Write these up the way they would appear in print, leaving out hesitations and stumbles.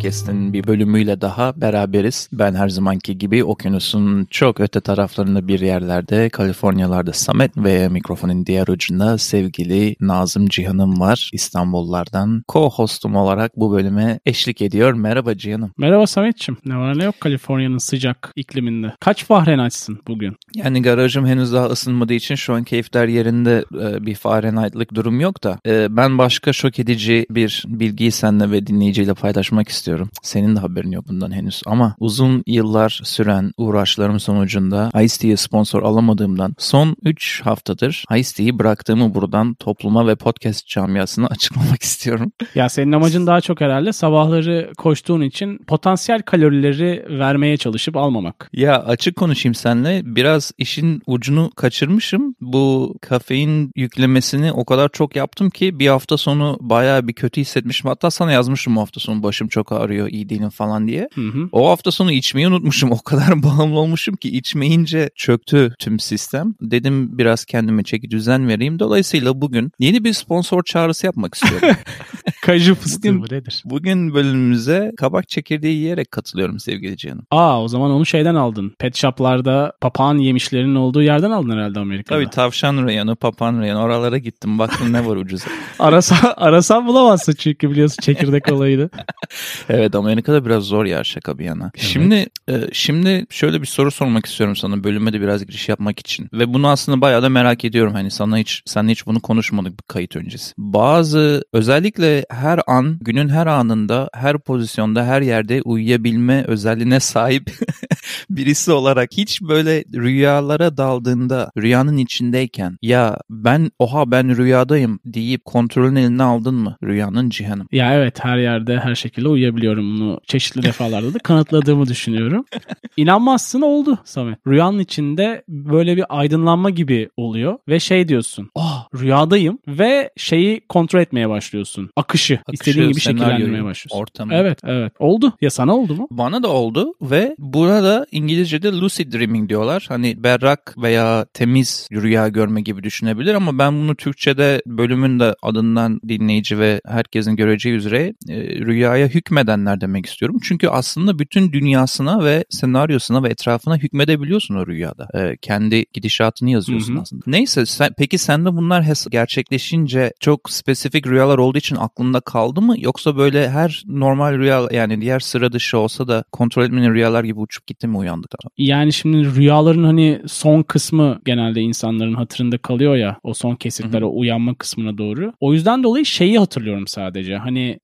Podcast'in bir bölümüyle daha beraberiz. Ben her zamanki gibi okyanusun çok öte taraflarında bir yerlerde, Kaliforniyalarda Samet ve mikrofonun diğer ucunda sevgili Nazım Cihan'ım var. İstanbullardan co-hostum olarak bu bölüme eşlik ediyor. Merhaba Cihan'ım. Merhaba Samet'ciğim. Ne var ne yok Kaliforniya'nın sıcak ikliminde. Kaç Fahrenheit'sın bugün? Yani garajım henüz daha ısınmadığı için şu an keyifler yerinde, bir Fahrenheit'lık durum yok da ben başka şok edici bir bilgiyi seninle ve dinleyiciyle paylaşmak istiyorum. Senin de haberin yok bundan henüz ama uzun yıllar süren uğraşlarım sonucunda Ice-T'ye sponsor alamadığımdan son 3 haftadır Ice-T'yi bıraktığımı buradan topluma ve podcast camiasına açıklamak istiyorum. Ya senin amacın daha çok herhalde sabahları koştuğun için potansiyel kalorileri vermeye çalışıp almamak. Ya açık konuşayım seninle, biraz işin ucunu kaçırmışım. Bu kafein yüklemesini o kadar çok yaptım ki bir hafta sonu bayağı bir kötü hissetmişim. Hatta sana yazmışım o hafta sonu başım çok ağrıyor, iyi değilim falan diye. Hı. O hafta sonu içmeyi unutmuşum. O kadar bağımlı olmuşum ki içmeyince çöktü tüm sistem. Dedim biraz kendime çeki düzen vereyim. Dolayısıyla bugün yeni bir sponsor çağrısı yapmak istiyorum. Kaju fıstığı mı nedir? Bugün bölümümüze kabak çekirdeği yiyerek katılıyorum sevgili canım. O zaman onu şeyden aldın. Pet shop'larda papağan yemişlerinin olduğu yerden aldın herhalde Amerika'da. Tabii tavşan reyonu, papağan reyonu, oralara gittim. Baktım ne var ucuza. Arasan bulamazsın çünkü biliyorsun çekirdek olayını. Evet, Amerika'da biraz zor ya, şaka bir yana. Evet. Şimdi şöyle bir soru sormak istiyorum sana, bölüme de biraz giriş yapmak için. Ve bunu aslında bayağı da merak ediyorum. Hani seninle hiç bunu konuşmadık bir kayıt öncesi. Özellikle her an, günün her anında, her pozisyonda, her yerde uyuyabilme özelliğine sahip birisi olarak hiç böyle rüyalara daldığında, rüyanın içindeyken ya ben rüyadayım deyip kontrolün eline aldın mı rüyanın Cihan'ım? Ya evet, her yerde her şekilde uyuyabiliyorum. Bunu çeşitli defalarda da kanıtladığımı düşünüyorum. İnanmazsın, oldu Samet. Rüyanın içinde böyle bir aydınlanma gibi oluyor ve şey diyorsun. Rüyadayım ve şeyi kontrol etmeye başlıyorsun. Akışı istediğin gibi şekillendirmeye başlıyorsun. Ortamı. Evet. Oldu. Ya sana oldu mu? Bana da oldu ve burada İngilizce'de lucid dreaming diyorlar. Hani berrak veya temiz rüya görme gibi düşünebilir ama ben bunu Türkçe'de bölümün de adından dinleyici ve herkesin göreceği üzere rüyaya hükmedenler demek istiyorum. Çünkü aslında bütün dünyasına ve senaryosuna ve etrafına hükmedebiliyorsun o rüyada. Kendi gidişatını yazıyorsun aslında. Neyse, peki sende bunlar gerçekleşince çok spesifik rüyalar olduğu için aklında kaldı mı? Yoksa böyle her normal rüya, yani diğer sıra dışı olsa da kontrol etmenin rüyalar gibi uçup gitti mi uyandıktan sonra? Yani şimdi rüyaların hani son kısmı genelde insanların hatırında kalıyor ya, o son kesitler, o uyanma kısmına doğru. O yüzden dolayı şeyi hatırlıyorum sadece. Hani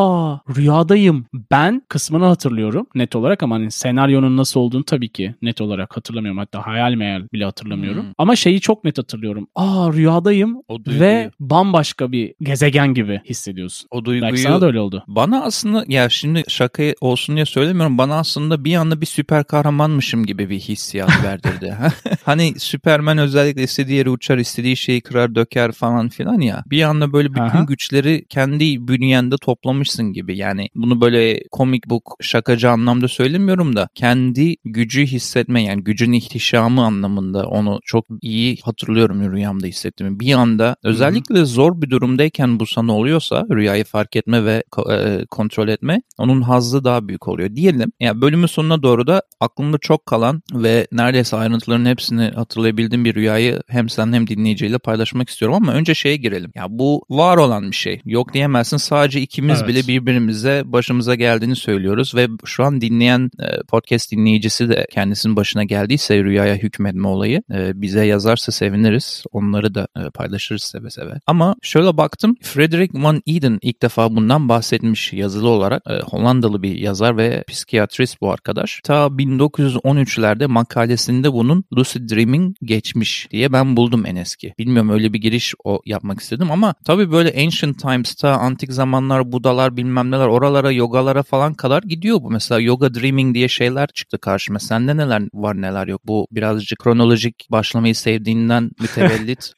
rüyadayım ben kısmını hatırlıyorum net olarak ama hani senaryonun nasıl olduğunu tabii ki net olarak hatırlamıyorum. Hatta hayal meyal bile hatırlamıyorum. Ama şeyi çok net hatırlıyorum. Rüyadayım ve bambaşka bir gezegen gibi hissediyorsun. O duyguyu... Belki sana da öyle oldu. Bana aslında, ya şimdi şaka olsun diye söylemiyorum, bana aslında bir anda bir süper kahramanmışım gibi bir hissiyat verdirdi. Hani Superman özellikle istediği yere uçar, istediği şeyi kırar döker falan filan ya. Bir anda böyle bütün güçleri kendi bünyende toplamışsın gibi. Yani bunu böyle comic book şakacı anlamda söylemiyorum da kendi gücü hissetme, yani gücün ihtişamı anlamında onu çok iyi hatırlıyorum rüyamda hissettiğimi. Bir anda özellikle zor bir durumdayken bu sana oluyorsa, rüyayı fark etme ve kontrol etme, onun hazzı daha büyük oluyor diyelim. Yani bölümün sonuna doğru da aklımda çok kalan ve neredeyse ayrıntıların hepsini hatırlayabildiğim bir rüyayı hem sen hem dinleyiciyle paylaşmak istiyorum ama önce şeye girelim. Ya bu var olan bir şey. Yok diyemezsin. Sadece ikimiz bile birbirimize başımıza geldiğini söylüyoruz ve şu an dinleyen podcast dinleyicisi de kendisinin başına geldiyse rüyaya hükmetme olayı bize yazarsa seviniriz. Onları da paylaşırız seve seve. Ama şöyle baktım. Frederick Van Eden ilk defa bundan bahsetmiş yazılı olarak. Hollandalı bir yazar ve psikiyatrist bu arkadaş. Ta 1913'lerde makalesinde bunun lucid dreaming geçmiş diye ben buldum en eski. Bilmiyorum, öyle bir giriş yapmak istedim ama tabii böyle ancient times'ta, antik zamanlar, Budalar bilmem neler, oralara, yogalara falan kadar gidiyor bu. Mesela yoga dreaming diye şeyler çıktı karşıma. Sende neler var neler yok? Bu birazcık kronolojik başlamayı sevdiğinden mütevellit oralara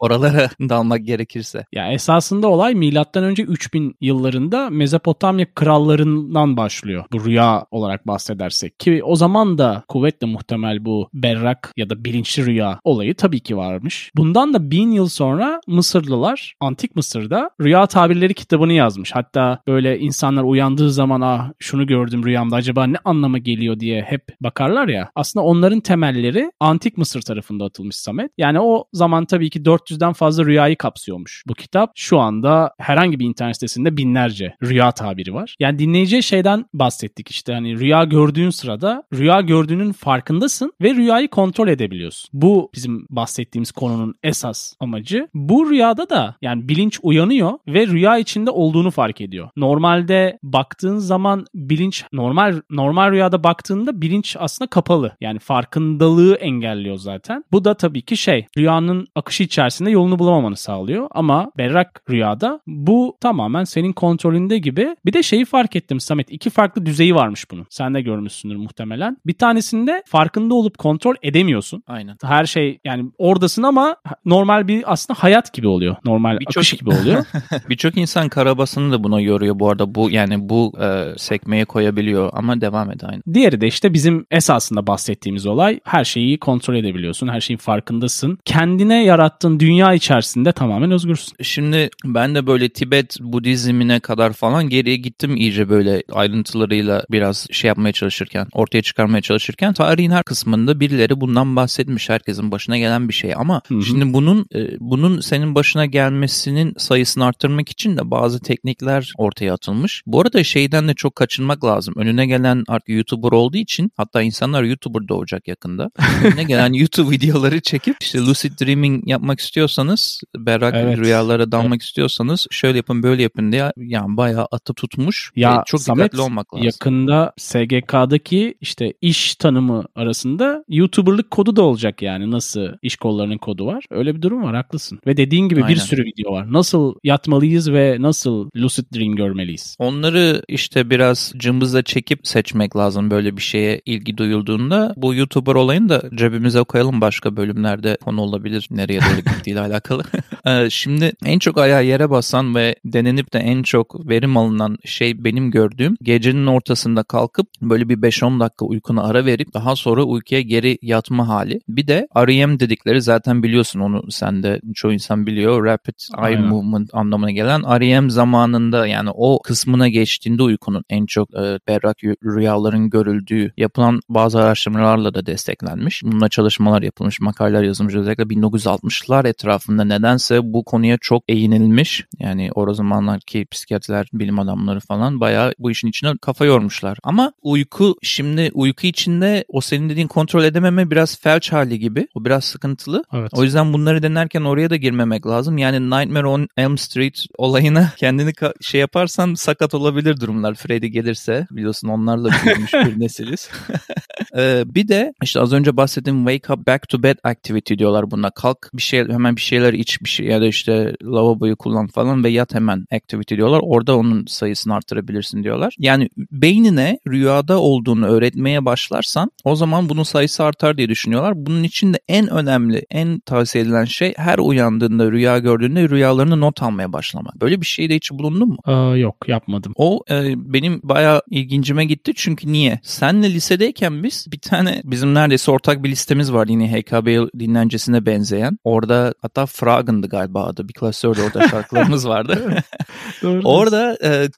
dalmak gerekirse. Ya esasında olay milattan önce 3000 yıllarında Mezopotamya krallarından başlıyor. Bu rüya olarak bahsedersek. Ki o zaman da kuvvetle muhtemel bu berrak ya da bilinçli rüya olayı tabii ki varmış. Bundan da 1000 yıl sonra Mısırlılar Antik Mısır'da rüya tabirleri kitabını yazmış. Hatta böyle insanlar uyandığı zaman şunu gördüm rüyamda acaba ne anlama geliyor diye hep bakarlar ya. Aslında onların temelleri Antik Mısır tarafında atılmış Samet. Yani o zaman tabii ki 400'den fazla rüyayı kapsıyormuş bu kitap. Şu anda herhangi bir internet sitesinde binlerce rüya tabiri var. Yani dinleyeceği şeyden bahsettik işte hani rüya gördüğün sırada rüya gördüğünün farkındasın ve rüyayı kontrol edebiliyorsun. Bu bizim bahsettiğimiz konunun esas amacı. Bu rüyada da yani bilinç uyanıyor ve rüya içinde olduğunu fark ediyor. Normalde baktığın zaman bilinç normal rüyada baktığında bilinç aslında kapalı. Yani farkındalığı engelliyor zaten. Bu da tabii ki rüyanın akışı içerisinde yolunu bulamamanı sağlıyor. Ama berrak rüyada bu tamamen senin kontrolünde gibi. Bir de şeyi fark ettim Samet. 2 farklı düzeyi varmış bunun. Sen de görmüşsündür muhtemelen. Bir tanesinde farkında olup kontrol edemiyorsun. Aynen. Her şey yani oradasın ama normal bir aslında hayat gibi oluyor. Normal akış gibi oluyor. Birçok insan karabasını da buna yoruyor bu arada. Bu sekmeye koyabiliyor ama devam et aynı. Diğeri de işte bizim esasında bahsettiğimiz olay. Her şeyi kontrol edebiliyorsun. Her şeyin farkındasın. Kendine yarattığın dünya içerisinde tamamen özgürsün. Şimdi ben de böyle Tibet Budizmine kadar falan geriye gittim iyice böyle ayrıntılarıyla biraz yapmaya çalışırken, ortaya çıkarmaya çalışırken tarihin her kısmında birileri bundan bahsetmiş. Herkesin başına gelen bir şey ama şimdi bunun senin başına gelmesinin sayısını arttırmak için de bazı teknikler ortaya atılmış. Bu arada şeyden de çok kaçınmak lazım. Önüne gelen artık YouTuber olduğu için hatta insanlar YouTuber doğacak yakında. Önüne gelen YouTube videoları çekip işte lucid dreaming yapmak istiyorsanız, berrak rüyalara dalmak istiyorsanız şöyle yapın böyle yapın diye yani bayağı atıp tutmuş. Ya çok Samet, dikkatli olmak lazım. Yakında SGK'daki işte iş tanımı arasında YouTuber'lık kodu da olacak yani. Nasıl iş kollarının kodu var. Öyle bir durum var, haklısın. Ve dediğin gibi bir sürü video var. Nasıl yatmalıyız ve nasıl lucid dream görmeliyiz? Onları işte biraz cımbızla çekip seçmek lazım böyle bir şeye ilgi duyulduğunda. Bu YouTuber olayını da cebimize koyalım, başka bölümlerde konu olabilir. Nereye doğru gittiğiyle alakalı. Şimdi en çok ayağa yere basan ve denenip de en çok verim alınan şey benim gördüğüm gecenin ortasında kalkıp böyle bir 5-10 dakika uykuna ara verip daha sonra uykuya geri yatma hali. Bir de REM dedikleri zaten biliyorsun, onu sen de çoğu insan biliyor. Rapid Eye Movement anlamına gelen REM zamanında yani o kısmına geçtiğinde uykunun en çok berrak rüyaların görüldüğü yapılan bazı araştırmalarla da desteklenmiş. Bununla çalışmalar yapılmış, makaleler yazılmış. Özellikle 1960'lar etrafında nedense bu konuya çok eğinilmiş. Yani o zamanlarki psikiyatrlar, bilim adamları falan bayağı bu işin içine kafa yormuşlar. Ama uyku içinde o senin dediğin kontrol edememe biraz felç hali gibi. O biraz sıkıntılı. Evet. O yüzden bunları denerken oraya da girmemek lazım. Yani Nightmare on Elm Street olayına kendini yaparsan sakat olabilir durumlar. Freddy gelirse biliyorsun onlarla büyümüş bir nesiliz. Bir de işte az önce bahsettiğim wake up back to bed activity diyorlar buna. Kalk hemen bir şeyler iç, bir şey ya da işte lavaboyu kullan falan ve yat hemen activity diyorlar. Orada onun sayısını artırabilirsin diyorlar. Yani beynine rüyada olduğunu öğretmeye başlarsan o zaman bunun sayısı artar diye düşünüyorlar. Bunun için de en önemli, en tavsiye edilen şey her uyandığında, rüya gördüğünde rüyalarını not almaya başlamak. Böyle bir şeyde hiç bulundun mu? Yok, yapmadım. O benim bayağı ilgincime gitti çünkü niye? Senle lisedeyken bir tane bizim neredeyse ortak bir listemiz vardı yine HKB dinlencesine benzeyen. Orada hatta Fragen'dı galiba adı. Bir klasörde orada şarkılarımız vardı. Orada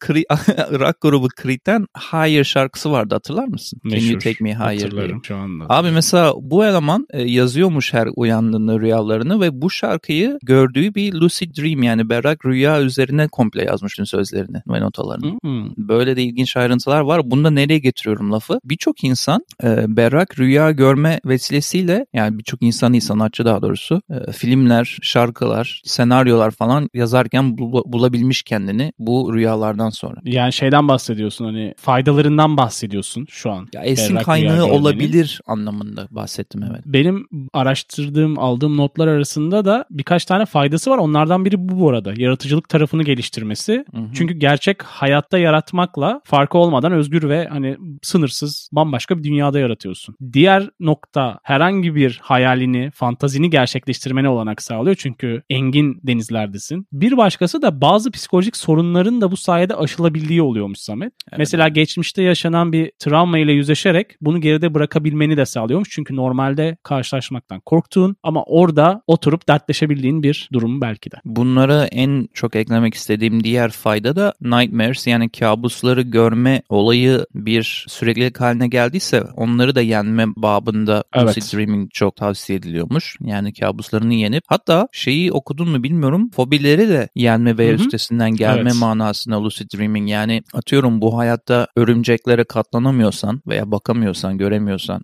rock grubu Creed'den Higher şarkısı vardı, hatırlar mısın? Meşhur. Can You Take Me Higher? Hatırlarım şu anda. Abi mesela bu eleman yazıyormuş her uyandığında rüyalarını ve bu şarkıyı gördüğü bir lucid dream yani berrak rüya üzerine komple yazmış tüm sözlerini ve notalarını. Böyle de ilginç ayrıntılar var. Bunu da nereye getiriyorum lafı? Birçok insan berrak rüya görme vesilesiyle, yani birçok insan sanatçı daha doğrusu filmler, şarkılar, senaryolar falan yazarken bulabilmiş kendini bu rüyalardan sonra. Yani şeyden bahsediyorsun, hani faydalarından bahsediyorsun şu an. Ya esin kaynağı olabilir anlamında bahsettim, evet. Benim araştırdığım, aldığım notlar arasında da birkaç tane faydası var. Onlardan biri bu arada. Yaratıcılık tarafını geliştirmesi. Hı-hı. Çünkü gerçek hayatta yaratmakla farkı olmadan özgür ve hani sınırsız bambaşka bir dünyada yaratıyorsun. Diğer nokta, herhangi bir hayalini, fantazini gerçekleştirmene olanak sağlıyor. Çünkü engin denizlerdesin. Bir başkası da bazı psikolojik sorunların da bu sayede aşılabildiği oluyormuş Samet. Evet. Mesela geçmişte yaşanan bir travma ile yüzleşerek bunu geride bırakabilmeni de sağlıyormuş. Çünkü normalde karşılaşmaktan korktuğun ama orada oturup dertleşebildiğin bir durum belki de. Bunlara en çok eklemek istediğim diğer fayda da nightmares, yani kabusları görme olayı bir süreklilik haline geldiyse onları da yenme babında lucid dreaming çok tavsiye ediliyormuş. Yani kabuslarını yenip, hatta şeyi okudun mu bilmiyorum, fobileri de yenme veya üstesinden gelme manasında lucid dreaming. Yani atıyorum bu hayatta örümceklere katlanamıyorsan veya bakamıyorsan, göremiyorsan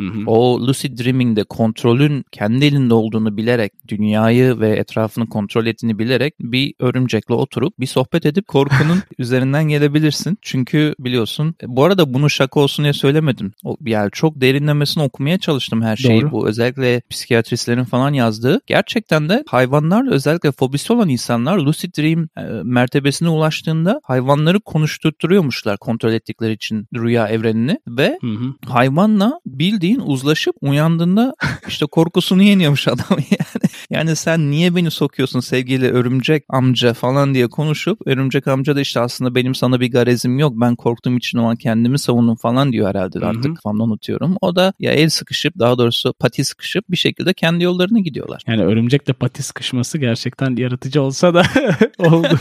o lucid dreaming'de kontrolün kendi elinde olduğunu bilerek, dünyayı ve etrafını kontrol ettiğini bilerek bir örümcekle oturup bir sohbet edip korkunun üzerinden gelebilirsin. Çünkü biliyorsun, bu arada bunu şaka olsun diye söylemedim. Yani çok derinlemesine okumaya çalıştım her şeyi. Doğru. Bu özellikle psikiyatristlerin falan yazdığı. Gerçekten de hayvanlarla, özellikle fobisi olan insanlar lucid dream mertebesine ulaştığında hayvanları konuşturtuyormuşlar kontrol ettikleri için rüya evrenini ve hayvanla bildiğin uzlaşıp uyandığında işte korkusunu yeniyormuş adam yani. Yani sen niye beni sokuyorsun sevgili örümcek amca falan diye konuşup, örümcek amca da işte aslında benim sana bir garezim yok, ben korktuğum için o an kendimi savundum falan diyor herhalde, artık kafamda unutuyorum. O da ya el sıkışıp, daha doğrusu pati sıkışıp bir şekilde kendi yollarına gidiyorlar. Yani örümcekle pati sıkışması gerçekten yaratıcı olsa da oldu.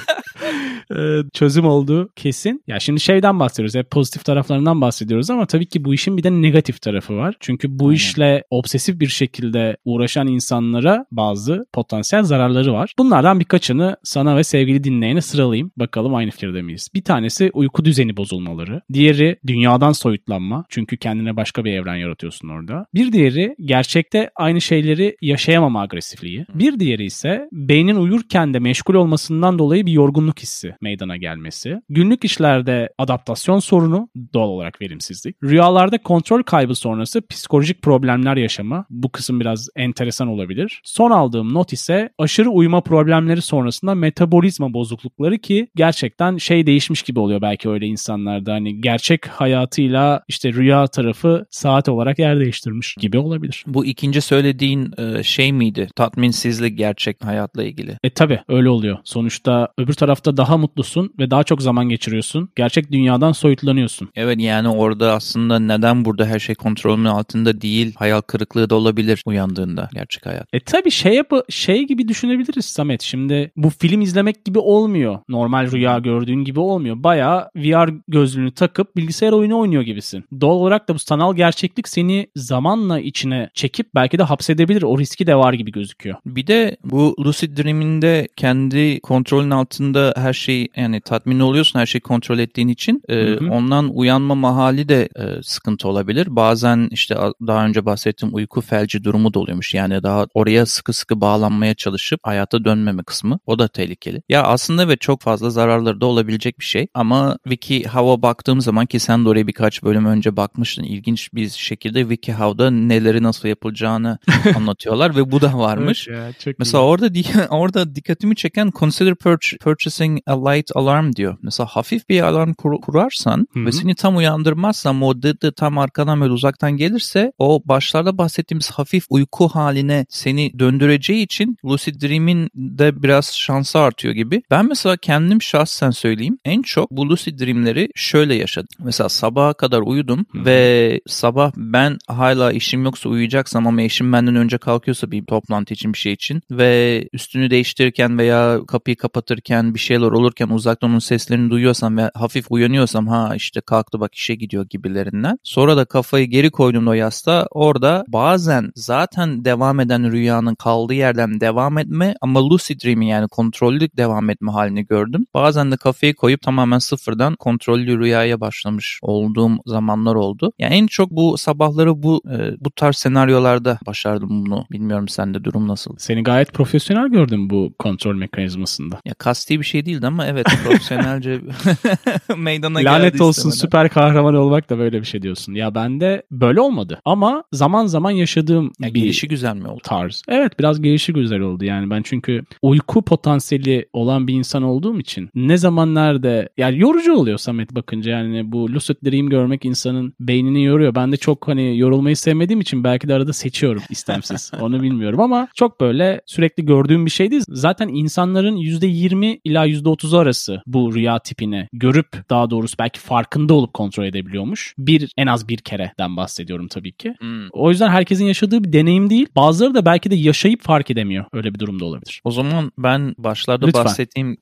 Çözüm olduğu kesin. Ya şimdi şeyden bahsediyoruz, hep pozitif taraflarından bahsediyoruz ama tabii ki bu işin bir de negatif tarafı var. Çünkü bu işle obsesif bir şekilde uğraşan insanlara bazı potansiyel zararları var. Bunlardan birkaçını sana ve sevgili dinleyene sıralayayım. Bakalım aynı fikirde miyiz? Bir tanesi uyku düzeni bozulmaları. Diğeri dünyadan soyutlanma. Çünkü kendine başka bir evren yaratıyorsun orada. Bir diğeri gerçekte aynı şeyleri yaşayamama agresifliği. Bir diğeri ise beynin uyurken de meşgul olmasından dolayı bir yorgunluk hissi meydana gelmesi. Günlük işlerde adaptasyon sorunu, doğal olarak verimsizlik. Rüyalarda kontrol kaybı sonrası psikolojik problemler yaşama. Bu kısım biraz enteresan olabilir. Son aldığım not ise aşırı uyuma problemleri sonrasında metabolizma bozuklukları, ki gerçekten şey değişmiş gibi oluyor belki öyle insanlarda. Hani gerçek hayatıyla işte rüya tarafı saat olarak yer değiştirmiş gibi olabilir. Bu ikinci söylediğin şey miydi? Tatminsizlik gerçek hayatla ilgili. Tabii öyle oluyor. Sonuçta öbür tarafta daha mutlusun ve daha çok zaman geçiriyorsun. Gerçek dünyadan soyutlanıyorsun. Evet, yani orada aslında neden burada her şey kontrolünün altında değil, hayal kırıklığı da olabilir uyandığında gerçek hayat. Tabii şey gibi düşünebiliriz Samet. Şimdi bu film izlemek gibi olmuyor. Normal rüya gördüğün gibi olmuyor. Bayağı VR gözlüğünü takıp bilgisayar oyunu oynuyor gibisin. Doğal olarak da bu sanal gerçeklik seni zamanla içine çekip belki de hapsedebilir. O riski de var gibi gözüküyor. Bir de bu lucid dream'inde kendi kontrolün altında her şey, yani tatmin oluyorsun her şeyi kontrol ettiğin için. Ondan uyanma hali de sıkıntı olabilir. Bazen işte daha önce bahsettiğim uyku felci durumu da oluyormuş. Yani daha oraya sıkı sıkı bağlanmaya çalışıp hayata dönmeme kısmı. O da tehlikeli. Ya aslında evet, çok fazla zararları da olabilecek bir şey. Ama WikiHow'a baktığım zaman, ki sen de oraya birkaç bölüm önce bakmıştın, İlginç bir şekilde WikiHow'da neleri nasıl yapılacağını anlatıyorlar ve bu da varmış. Evet ya, mesela orada dikkatimi çeken consider purchasing a light alarm diyor. Mesela hafif bir alarm kurarsan ve seni tam uyandırmazsan, o dıdı tam arkadan böyle uzaktan gelirse, o başlarda bahsettiğimiz hafif uyku haline seni döndüreceği için lucid dream'in de biraz şansı artıyor gibi. Ben mesela kendim şahsen söyleyeyim, en çok bu lucid dream'leri şöyle yaşadım. Mesela sabaha kadar uyudum ve sabah ben hala işim yoksa uyuyacaksam ama eşim benden önce kalkıyorsa bir toplantı için, bir şey için ve üstünü değiştirirken veya kapıyı kapatırken bir şeyler olurken uzaktan onun seslerini duyuyorsam ve hafif uyanıyorsam, ha işte kalktı bak işe gidiyor gibilerinden. Sonra da kafayı geri koyduğumda o yastığa, orada bazen zaten devam eden rüyanın kaldığı yerden devam etme ama lucid dream'in, yani kontrollü devam etme halini gördüm. Bazen de kafayı koyup tamamen sıfırdan kontrollü rüyaya başlamış olduğum zamanlar oldu. Yani en çok bu sabahları bu tarz senaryolarda başardım bunu. Bilmiyorum sende durum nasıl? Seni gayet profesyonel gördüm bu kontrol mekanizmasında. Ya kasti bir şey değildi ama ama evet profesyonelce meydana geldi. Lanet olsun istemeden. süper kahraman olmak da böyle bir şey diyorsun. Ya bende böyle olmadı. Ama zaman zaman yaşadığım Ya bir gelişi güzel mi oldu? tarz. Evet biraz gelişi güzel oldu. Yani ben çünkü uyku potansiyeli olan bir insan olduğum için ne zaman nerede yani yorucu oluyor Samet bakınca yani bu lucid dream görmek insanın beynini yoruyor. Ben de çok hani yorulmayı sevmediğim için belki de arada seçiyorum istemsiz. Onu bilmiyorum ama çok böyle sürekli gördüğüm bir şey değil. Zaten insanların %20 ila %30'u arası bu rüya tipini görüp daha doğrusu belki farkında olup kontrol edebiliyormuş. En az bir kereden bahsediyorum tabii ki. O yüzden herkesin yaşadığı bir deneyim değil. Bazıları da belki de yaşayıp fark edemiyor. Öyle bir durumda olabilir. O zaman ben başlarda Lütfen. bahsettiğim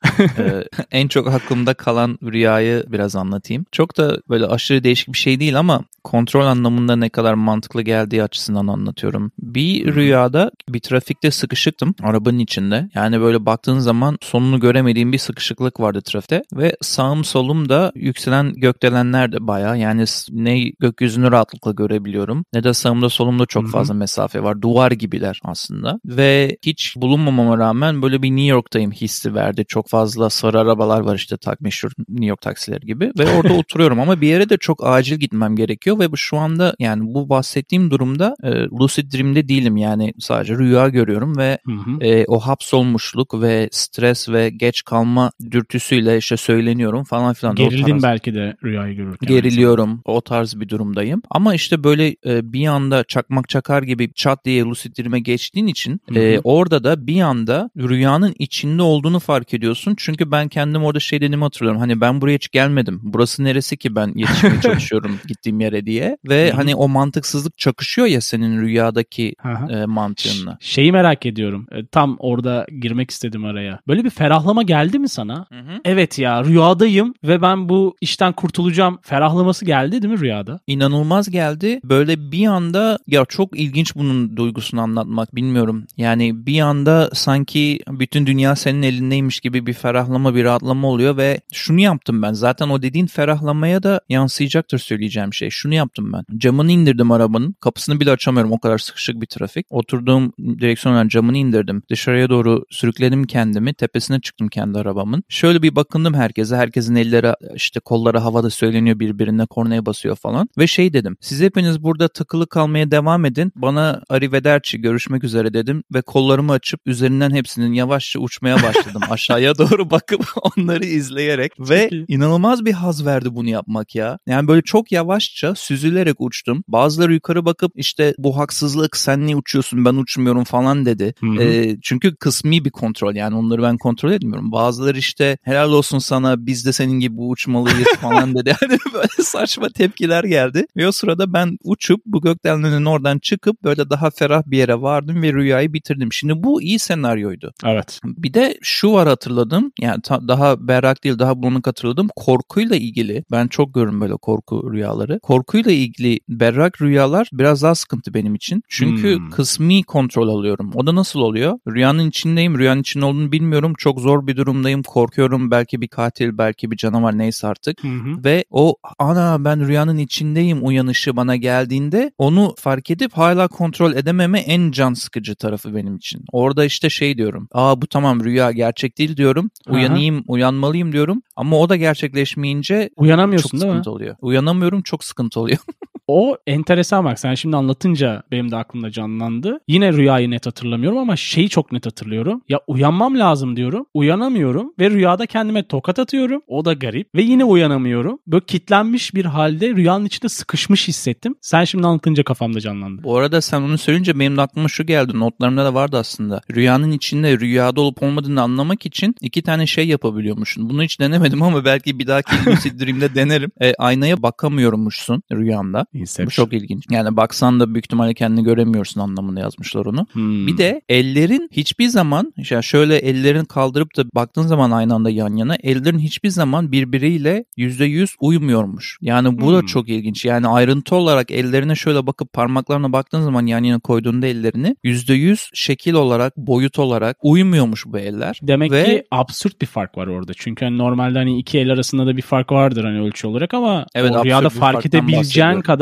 en çok aklımda kalan rüyayı biraz anlatayım. Çok da böyle aşırı değişik bir şey değil ama kontrol anlamında ne kadar mantıklı geldiği açısından anlatıyorum. Bir rüyada bir trafikte sıkışıktım arabanın içinde. Yani böyle baktığın zaman sonunu göremediğim bir sıkışıklık vardı trafikte ve sağım solum da yükselen gökdelenler de bayağı yani ne gökyüzünü rahatlıkla görebiliyorum ne de sağımda solumda çok fazla mesafe var. Duvar gibiler aslında ve hiç bulunmamama rağmen böyle bir New York'tayım hissi verdi. Çok fazla sarı arabalar var işte meşhur New York taksileri gibi ve orada oturuyorum ama bir yere de çok acil gitmem gerekiyor ve şu anda yani bu bahsettiğim durumda lucid dream'de değilim yani sadece rüya görüyorum ve o hapsolmuşluk ve stres ve geç kalma dürtüsüyle işte söyleniyorum falan filan. Gerildin belki de rüyayı görürken. Geriliyorum. O tarz bir durumdayım. Ama işte böyle bir anda çakmak çakar gibi çat diye lucid dream'e geçtiğin için orada da bir anda rüyanın içinde olduğunu fark ediyorsun. Çünkü ben kendim orada şey dediğimi hatırlıyorum. Hani ben buraya hiç gelmedim. Burası neresi ki ben yetişmeye çalışıyorum gittiğim yere diye. Ve hani o mantıksızlık çakışıyor ya senin rüyadaki mantığınla. Şeyi merak ediyorum. Tam orada girmek istedim araya. Böyle bir ferahlama geldi mi sana? Evet ya rüyadayım ve ben bu işten kurtulacağım ferahlaması geldi değil mi rüyada? İnanılmaz geldi. Böyle bir anda ya çok ilginç bunun duygusunu anlatmak bilmiyorum. Yani bir anda sanki bütün dünya senin elindeymiş gibi bir ferahlama bir rahatlama oluyor ve şunu yaptım ben. Zaten o dediğin ferahlamaya da yansıyacaktır söyleyeceğim şey. Şunu yaptım ben. Camını indirdim arabanın. Kapısını bile açamıyorum. O kadar sıkışık bir trafik. Oturduğum direksiyondan camını indirdim. Dışarıya doğru sürükledim kendimi. Tepesine çıktım kendi arabamın. Şöyle bir bakındım herkese. Herkesin elleri işte kolları havada söyleniyor birbirine kornaya basıyor falan. Ve şey dedim. Siz hepiniz burada takılı kalmaya devam edin. Bana arrivederci görüşmek üzere dedim. Ve kollarımı açıp üzerinden hepsinin yavaşça uçmaya başladım. Aşağıya doğru bakıp onları izleyerek. Ve inanılmaz bir haz verdi bunu yapmak ya. Yani böyle çok yavaşça süzülerek uçtum. Bazıları yukarı bakıp işte bu haksızlık sen niye uçuyorsun ben uçmuyorum falan dedi. Çünkü kısmi bir kontrol yani onları ben kontrol etmiyorum. Bazıları işte helal olsun sana biz de senin gibi uçmalıyız falan dedi. Yani böyle saçma tepkiler geldi. Ve o sırada ben uçup bu gökdelenlerin oradan çıkıp böyle daha ferah bir yere vardım ve rüyayı bitirdim. Şimdi bu iyi senaryoydu. Evet. Bir de şu var hatırladım. Yani daha berrak değil daha bulanık hatırladım. Korkuyla ilgili ben çok görürüm böyle korku rüyaları. Korkuyla ilgili berrak rüyalar biraz daha sıkıntı benim için. Çünkü kısmi kontrol alıyorum. O da nasıl oluyor? Rüyanın içindeyim. Rüyanın içinde olduğunu bilmiyorum. Çok zor bir durumdayım. Korkuyorum. Belki bir katil, belki bir canavar neyse artık. Ve o ana ben rüyanın içindeyim uyanışı bana geldiğinde onu fark edip hala kontrol edememe en can sıkıcı tarafı benim için. Orada işte şey diyorum. Bu tamam rüya gerçek değil diyorum. Uyanayım, uyanmalıyım diyorum. Ama o da gerçekleşmeyince uyanamıyorsun çok değil mi? sıkıntı oluyor. Uyanamıyorum çok sıkıntı oluyor. O enteresan bak sen şimdi anlatınca benim de aklımda canlandı. Yine rüyayı net hatırlamıyorum ama şeyi çok net hatırlıyorum. Ya uyanmam lazım diyorum. Uyanamıyorum ve rüyada kendime tokat atıyorum. O da garip. Ve yine uyanamıyorum. Böyle kitlenmiş bir halde rüyanın içinde sıkışmış hissettim. Sen şimdi anlatınca kafamda canlandı. Bu arada sen onu söyleyince benim de aklıma şu geldi. Notlarımda da vardı aslında. Rüyanın içinde rüyada olup olmadığını anlamak için 2 tane şey yapabiliyormuşsun. Bunu hiç denemedim ama belki bir dahaki lucid dream'de denerim. Aynaya bakamıyormuşsun rüyanda. Inception. Bu çok ilginç. Yani baksan da büyük ihtimalle kendini göremiyorsun anlamında yazmışlar onu. Bir de ellerin hiçbir zaman yani şöyle ellerini kaldırıp da baktığın zaman aynı anda yan yana ellerin hiçbir zaman birbiriyle %100 uymuyormuş. Yani bu da çok ilginç. Yani ayrıntı olarak ellerine şöyle bakıp parmaklarına baktığın zaman yan yana koyduğunda ellerini %100 şekil olarak, boyut olarak uymuyormuş bu eller. Demek ki absürt bir fark var orada. Çünkü hani normalde hani iki el arasında da bir fark vardır hani ölçü olarak ama evet, o rüyada fark edebileceğin kadar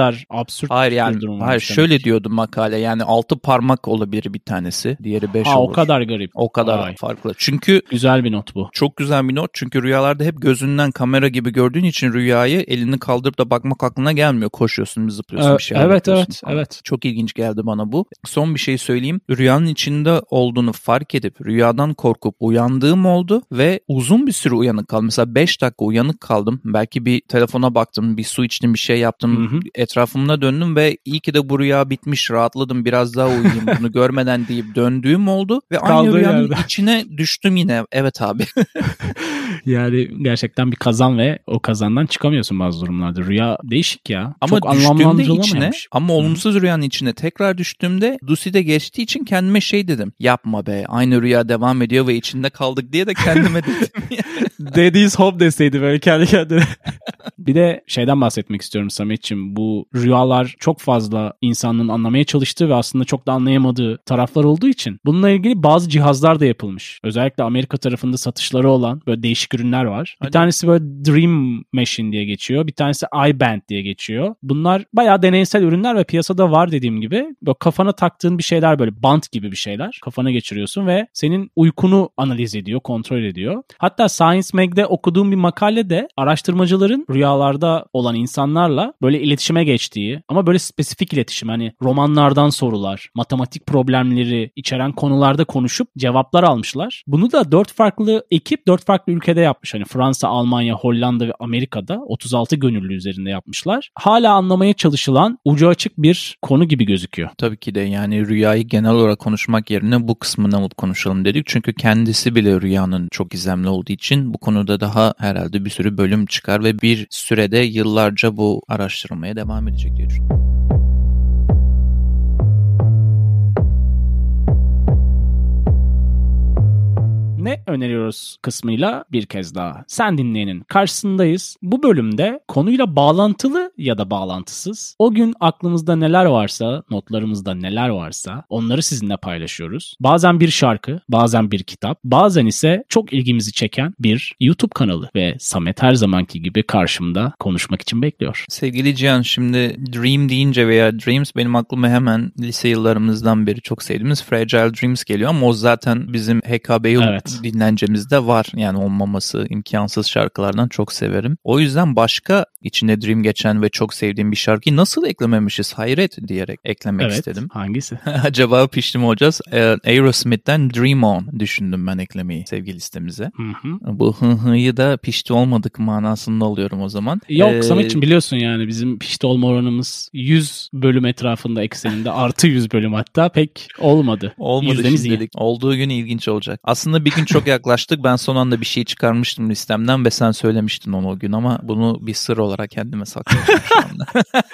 kadar absürt bir durum var. Hayır şöyle diyordu makale. Yani 6 parmak olabilir bir tanesi. Diğeri 5 olur. O kadar garip. O kadar farklı. Çünkü güzel bir not bu. Çok güzel bir not. Çünkü rüyalarda hep gözünden kamera gibi gördüğün için rüyayı elini kaldırıp da bakmak aklına gelmiyor. Koşuyorsun, zıplıyorsun, bir şey yapıyorsun. Evet. Çok ilginç geldi bana bu. Son bir şey söyleyeyim. Rüyanın içinde olduğunu fark edip rüyadan korkup uyandığım oldu ve uzun bir süre uyanık kaldım. Mesela 5 dakika uyanık kaldım. Belki bir telefona baktım, bir su içtim, bir şey yaptım. Etrafımda döndüm ve iyi ki de bu rüya bitmiş, rahatladım, biraz daha uyuyayım bunu görmeden deyip döndüğüm oldu. Ve aynı rüyanın içine düştüm yine. Evet abi. Yani gerçekten bir kazan ve o kazandan çıkamıyorsun bazı durumlarda. Rüya değişik ya. Ama çok düştüğümde içine, ama olumsuz rüyanın içine tekrar düştüğümde Lucy'de geçtiği için kendime şey dedim. Yapma be, aynı rüya devam ediyor ve içinde kaldık diye de kendime dedim. Daddy's home deseydi böyle kendi kendine. Bir de şeyden bahsetmek istiyorum Samet'ciğim. Bu rüyalar çok fazla insanlığın anlamaya çalıştığı ve aslında çok da anlayamadığı taraflar olduğu için bununla ilgili bazı cihazlar da yapılmış. Özellikle Amerika tarafında satışları olan böyle değişik ürünler var. Bir tanesi böyle Dream Machine diye geçiyor. Bir tanesi iBand diye geçiyor. Bunlar bayağı deneysel ürünler ve piyasada var dediğim gibi. Böyle kafana taktığın bir şeyler, böyle bant gibi bir şeyler. Kafana geçiriyorsun ve senin uykunu analiz ediyor, kontrol ediyor. Hatta Science Mag'de okuduğum bir makalede araştırmacıların rüyalarda olan insanlarla böyle iletişime geçtiği, ama böyle spesifik iletişim, hani romanlardan sorular, matematik problemleri içeren konularda konuşup cevaplar almışlar. Bunu da 4 farklı ekip 4 farklı ülkede yapmış. Hani Fransa, Almanya, Hollanda ve Amerika'da 36 gönüllü üzerinde yapmışlar. Hala anlamaya çalışılan ucu açık bir konu gibi gözüküyor. Tabii ki de yani rüyayı genel olarak konuşmak yerine bu kısmını alıp konuşalım dedik. Çünkü kendisi bile rüyanın çok gizemli olduğu için bu konuda daha herhalde bir sürü bölüm çıkar ve bir sürede yıllarca bu araştırılmaya devam edecek diye düşünüyorum. Ne öneriyoruz kısmıyla bir kez daha sen dinleyenin karşısındayız. Bu bölümde konuyla bağlantılı ya da bağlantısız, o gün aklımızda neler varsa, notlarımızda neler varsa onları sizinle paylaşıyoruz. Bazen bir şarkı, bazen bir kitap, bazen ise çok ilgimizi çeken bir YouTube kanalı ve Samet her zamanki gibi karşımda konuşmak için bekliyor. Sevgili Cihan, şimdi Dream deyince veya Dreams benim aklıma hemen lise yıllarımızdan beri çok sevdiğimiz Fragile Dreams geliyor ama o zaten bizim HKB'yi dinlencemizde var. Yani olmaması imkansız şarkılardan çok severim. O yüzden başka içinde Dream geçen ve çok sevdiğim bir şarkıyı nasıl eklememişiz hayret diyerek eklemek istedim. Hangisi? Acaba pişti mi olacağız? Aerosmith'ten Dream On düşündüm ben eklemeyi sevgili listemize. Bu hı'yı da pişti olmadık manasında oluyorum o zaman. Yok Samet'ciğim, biliyorsun yani bizim pişti olma oranımız 100 bölüm etrafında ekseninde artı 100 bölüm, hatta pek olmadı. Olmadı şimdilik. Olduğu gün ilginç olacak. Aslında bir gün çok yaklaştık. Ben son anda bir şey çıkarmıştım listemden ve sen söylemiştin onu o gün ama bunu bir sır olarak kendime saklamışım şu anda.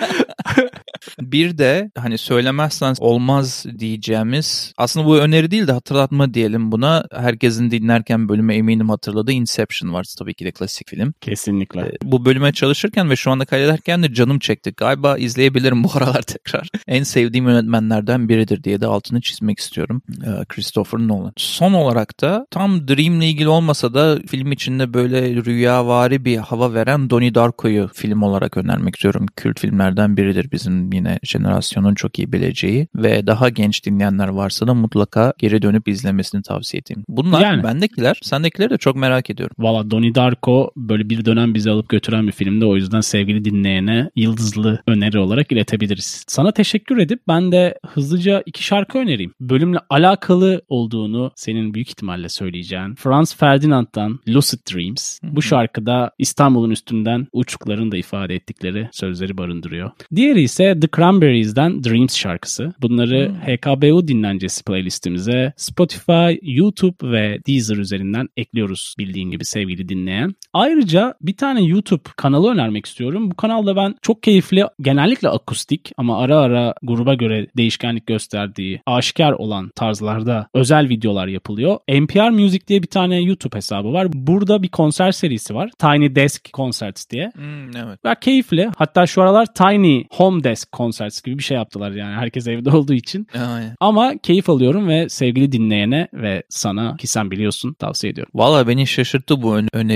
Bir de hani söylemezsen olmaz diyeceğimiz, aslında bu öneri değil de hatırlatma diyelim buna. Herkesin dinlerken bölüme eminim hatırladığı Inception var, tabii ki de klasik film. Kesinlikle. Bu bölüme çalışırken ve şu anda kaydederken de canım çekti. Galiba izleyebilirim bu aralar tekrar. En sevdiğim yönetmenlerden biridir diye de altını çizmek istiyorum. Christopher Nolan. Son olarak da tam Dream'le ilgili olmasa da film içinde böyle rüyavari bir hava veren Donnie Darko'yu film olarak önermek istiyorum. Kült filmlerden biridir bizim yine jenerasyonun çok iyi bileceği ve daha genç dinleyenler varsa da mutlaka geri dönüp izlemesini tavsiye edeyim. Bunlar yani bendekiler. Sendekileri de çok merak ediyorum. Valla Donnie Darko böyle bir dönem bizi alıp götüren bir filmdi. O yüzden sevgili dinleyene yıldızlı öneri olarak iletebiliriz. Sana teşekkür edip ben de hızlıca 2 şarkı önereyim. Bölümle alakalı olduğunu senin büyük ihtimalle söyleyeceğin Franz Ferdinand'dan Lucid Dreams. Bu şarkıda İstanbul'un üstünden uçukların da ifade ettikleri sözleri barındırıyor. Diğeri ise The Cranberries'den Dreams şarkısı. Bunları HKBU dinlencesi playlistimize Spotify, YouTube ve Deezer üzerinden ekliyoruz bildiğin gibi sevgili dinleyen. Ayrıca bir tane YouTube kanalı önermek istiyorum. Bu kanalda ben çok keyifli, genellikle akustik ama ara ara gruba göre değişkenlik gösterdiği aşikar olan tarzlarda özel videolar yapılıyor. NPR Music diye bir tane YouTube hesabı var. Burada bir konser serisi var. Tiny Desk Concerts diye. Evet. Ve keyifli. Hatta şu aralar Tiny Home Desk Concerts gibi bir şey yaptılar yani. Herkes evde olduğu için. Aynen. Ama keyif alıyorum ve sevgili dinleyene ve sana, ki sen biliyorsun, tavsiye ediyorum. Valla beni şaşırttı bu önerilerin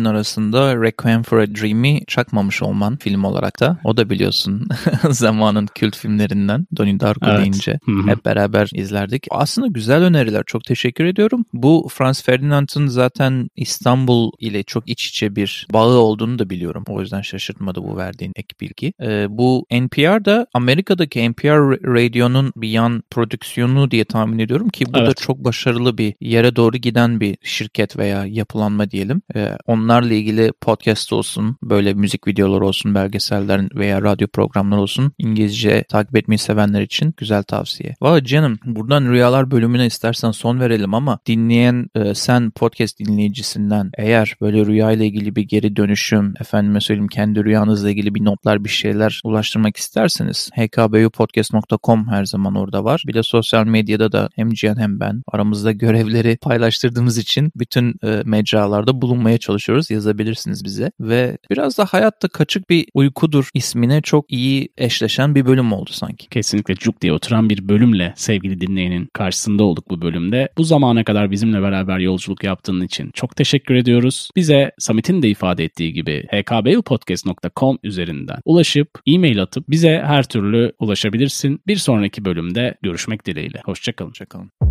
arasında Requiem for a Dream'i çakmamış olman film olarak da. O da biliyorsun zamanın kült filmlerinden. Donnie Darko deyince hep beraber izlerdik. Aslında güzel öneriler. Çok teşekkür ediyorum. Bu Franz Ferdinand'ın zaten İstanbul ile çok iç içe bir bağı olduğunu da biliyorum. O yüzden şaşırtmadı bu verdiğin ek bilgi. Bu NPR'da Amerika'daki NPR Radio'nun bir yan prodüksiyonu diye tahmin ediyorum ki bu da çok başarılı bir yere doğru giden bir şirket veya yapılanma diyelim. Onlarla ilgili podcast olsun, böyle müzik videoları olsun, belgeseller veya radyo programları olsun. İngilizce takip etmeyi sevenler için güzel tavsiye. Valla canım, buradan rüyalar bölümüne istersen son verelim ama dinleyen sen podcast dinleyicisinden eğer böyle rüya ile ilgili bir geri dönüşüm, efendime söyleyeyim kendi rüyanızla ilgili bir notlar, bir şeyler ulaştırmak isterseniz hkbupodcast.com her zaman orada var. Bir de sosyal medyada da hem Cihan hem ben aramızda görevleri paylaştırdığımız için bütün mecralarda bulunmaya çalışıyoruz. Yazabilirsiniz bize ve biraz da hayatta kaçık bir uykudur ismine çok iyi eşleşen bir bölüm oldu sanki. Kesinlikle cuk diye oturan bir bölümle sevgili dinleyenin karşısında olduk bu bölümde. Bu zamana kadar bizimle beraber yolculuk yaptığın için çok teşekkür ediyoruz. Bize Samet'in de ifade ettiği gibi hkbupodcast.com üzerinden ulaşıp e-mail atıp bize her türlü ulaşabilirsin. Bir sonraki bölümde görüşmek dileğiyle. Hoşça kalın.